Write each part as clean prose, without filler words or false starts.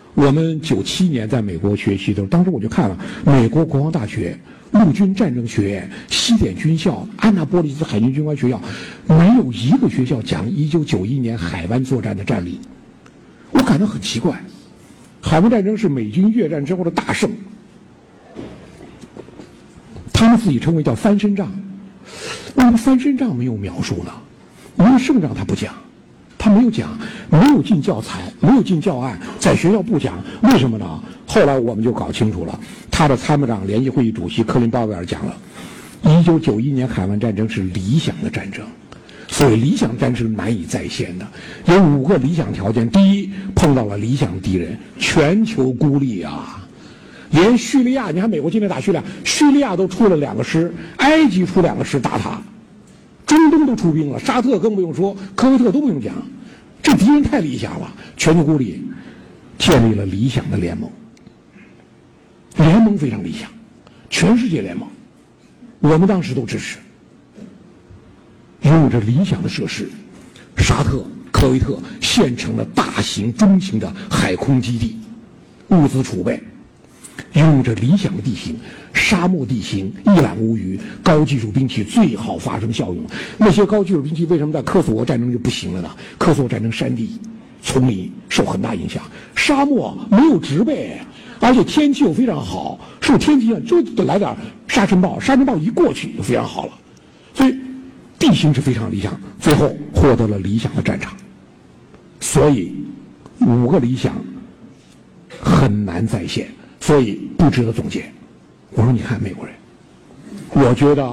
我们97年在美国学习的时候，当时我就看了美国国防大学、陆军战争学院、西点军校、安纳波利斯海军军官学校，没有一个学校讲1991年海湾作战的战例。我感到很奇怪，海湾战争是美军越战之后的大胜，他们自己称为叫翻身仗。为什么翻身仗没有描述呢？因为胜仗他不讲，他没有讲，没有进教材，没有进教案，在学校不讲，为什么呢？后来我们就搞清楚了，他的参谋长联席会议主席克林鲍威尔讲了，1991年海湾战争是理想的战争，所以理想战争是难以再现的，有5个理想条件。第一，碰到了理想敌人，全球孤立啊。连叙利亚，你看美国今天打叙利亚，叙利亚都出了2个师，埃及出2个师打他，中东都出兵了，沙特更不用说，科威特都不用讲，这敌人太理想了，全球孤立，建立了理想的联盟，联盟非常理想，全世界联盟，我们当时都支持，拥有着理想的设施，沙特、科威特现成了大型、中型的海空基地，物资储备。拥有着理想的地形，沙漠地形一览无余，高技术兵器最好发生效用。那些高技术兵器为什么在科索沃战争就不行了呢？科索沃战争山地、丛林受很大影响，沙漠没有植被，而且天气又非常好，受天气影响就得来点沙尘暴，沙尘暴一过去就非常好了，所以地形是非常理想，最后获得了理想的战场。所以5个理想很难再现。所以不值得总结。我说你看美国人，我觉得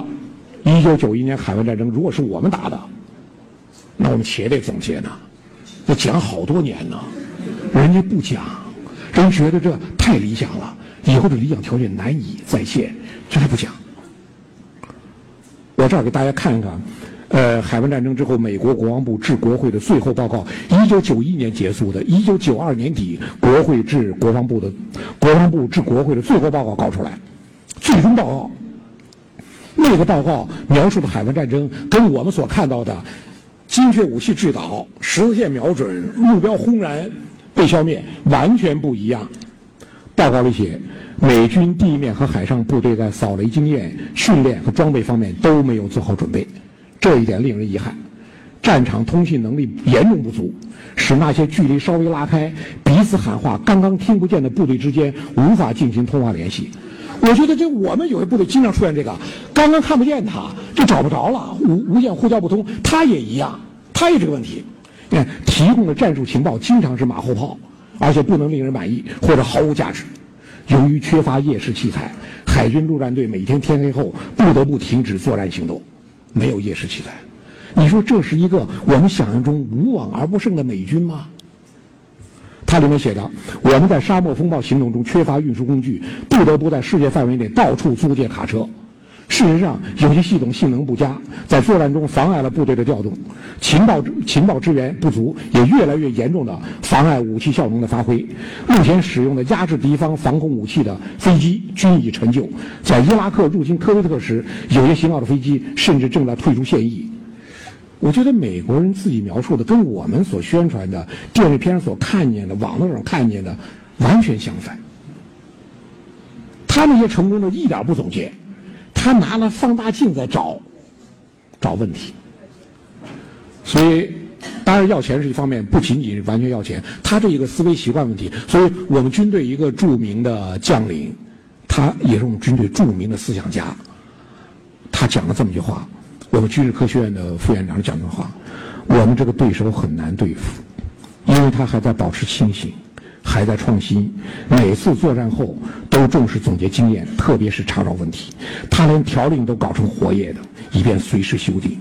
1991年海湾战争如果是我们打的，那我们且得总结呢，要讲好多年呢，人家不讲，人觉得这太理想了，以后的理想条件难以再现，就是不讲。我这儿给大家看一看海湾战争之后，美国国防部致国会的最后报告，1991年结束的，1992年底，国会致国防部致国会的最后报告搞出来，最终报告。那个报告描述的海湾战争跟我们所看到的精确武器制导、十字线瞄准、目标轰然被消灭完全不一样。报告里写，美军地面和海上部队在扫雷经验、训练和装备方面都没有做好准备。这一点令人遗憾，战场通信能力严重不足，使那些距离稍微拉开、彼此喊话刚刚听不见的部队之间无法进行通话联系。我觉得这我们有些部队经常出现这个，刚刚看不见他，就找不着了，无线呼叫不通，他也一样，他也这个问题。你看，提供的战术情报经常是马后炮，而且不能令人满意或者毫无价值。由于缺乏夜视器材，海军陆战队每天天黑后不得不停止作战行动。没有夜视器材，你说这是一个我们想象中无往而不胜的美军吗？它里面写着，我们在沙漠风暴行动中缺乏运输工具，不得不在世界范围内到处租借卡车。事实上，有些系统性能不佳，在作战中妨碍了部队的调动，情报支援不足，也越来越严重的妨碍武器效能的发挥。目前使用的压制敌方防空武器的飞机均已陈旧，在伊拉克入侵科威特时，有些型号的飞机甚至正在退出现役。我觉得美国人自己描述的跟我们所宣传的电视片上所看见的、网络上看见的完全相反。他那些成功的一点不总结，他拿了放大镜在找问题。所以当然要钱是一方面，不仅仅是完全要钱，他这一个思维习惯问题。所以我们军队一个著名的将领，他也是我们军队著名的思想家，他讲了这么一句话，我们军事科学院的副院长讲的话，我们这个对手很难对付，因为他还在保持清醒，还在创新，每次作战后都重视总结经验，特别是查找问题，他连条令都搞成活页的，以便随时修订。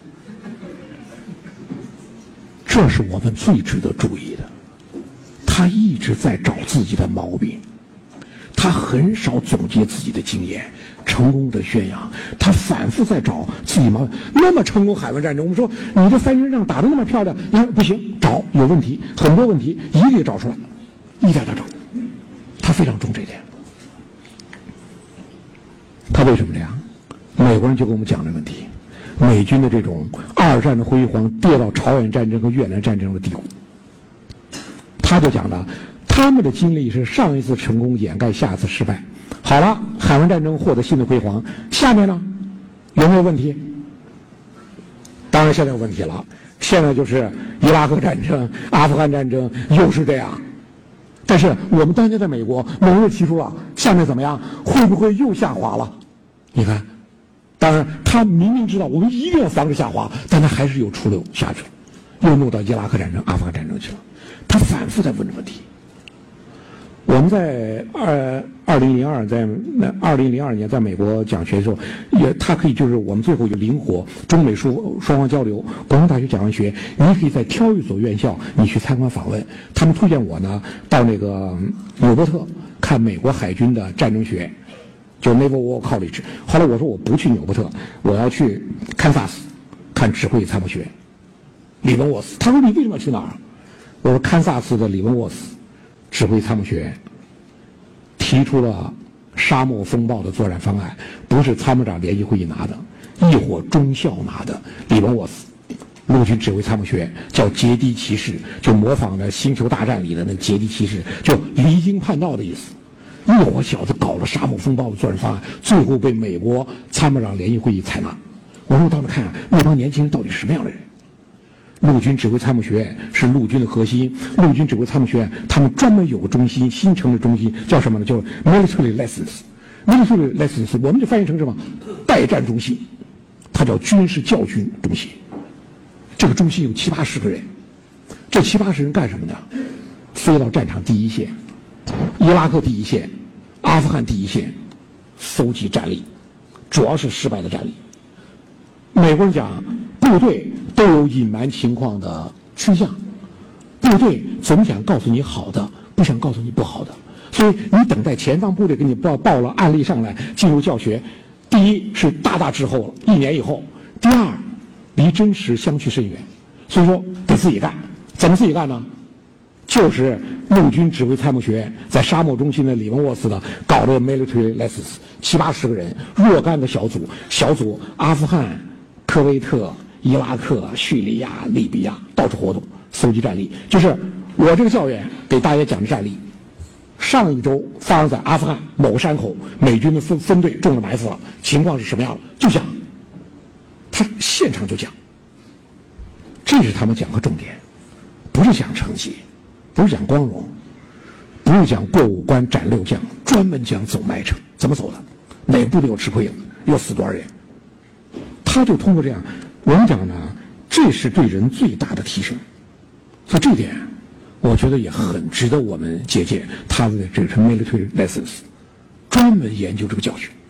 这是我们最值得注意的。他一直在找自己的毛病，他很少总结自己的经验，成功的宣扬，他反复在找自己毛病。那么成功海湾战争，我们说你这翻身仗打得那么漂亮，你看不行，找有问题，很多问题一个找出来，一点点找。他非常重这点。他为什么这样？美国人就跟我们讲这个问题，美军的这种二战的辉煌跌到朝鲜战争和越南战争的低谷。他就讲了，他他们的经历是上一次成功掩盖下一次失败。好了，海湾战争获得新的辉煌，下面呢有没有问题？当然现在有问题了，现在就是伊拉克战争、阿富汗战争又是这样。但是我们当年在美国猛烈提出了，下面怎么样？会不会又下滑了？你看，当然他明明知道我们一定要防止下滑，但他还是有出溜下去了，又弄到伊拉克战争、阿富汗战争去了。他反复在问这问题。我们在2002年在美国讲学的时候，它可以就是我们最后有灵活中美双方交流，广东大学讲完学，你可以再挑一所院校你去参观访问。他们推荐我呢到那个纽波特看美国海军的战争学，就是 Naval War College。后来我说我不去纽波特，我要去堪萨斯看指挥参谋学院，李文沃斯。他说你为什么要去哪儿？我说堪萨斯的李文沃斯指挥参谋学院提出了沙漠风暴的作战方案，不是参谋长联席会议拿的，亦或中校拿的。李文沃斯陆军指挥参谋学院叫杰迪骑士，就模仿了《星球大战》里的那杰迪骑士，就离经叛道的意思。一伙小子搞了沙漠风暴的作战方案，最后被美国参谋长联席会议采纳。我说到那看那帮年轻人到底是什么样的人？陆军指挥参谋学院是陆军的核心，陆军指挥参谋学院他们专门有个中心，新成的中心叫什么呢？叫 military lessons。military lessons 我们就翻译成什么？待战中心，它叫军事教训中心。这个中心有70-80个人，这70-80人干什么呢？飞到战场第一线，伊拉克第一线，阿富汗第一线，搜集战例，主要是失败的战例。美国人讲，部队都有隐瞒情况的倾向，部队总想告诉你好的，不想告诉你不好的，所以你等待前方部队给你报了案例上来进入教学，第一是大滞后了，1年以后；第二，离真实相去甚远，所以说得自己干。怎么自己干呢？就是陆军指挥参谋学院在沙漠中心的李文沃斯的搞的 military lessons， 70-80个人，若干个小组，阿富汗、科威特、伊拉克、叙利亚、利比亚到处活动，搜集战例。就是我这个教员给大家讲的战例，上一周发生在阿富汗某山口，美军的分队中了埋伏了，情况是什么样的？就讲，他现场就讲，这是他们讲的重点，不是讲成绩，不是讲光荣，不是讲过5关斩6将，专门讲走麦城，怎么走的，哪部队又吃亏了，又死多少人。他就通过这样，我们讲呢，这是对人最大的提升。所以这一点，我觉得也很值得我们借鉴他的这个 military lessons，专门研究这个教训。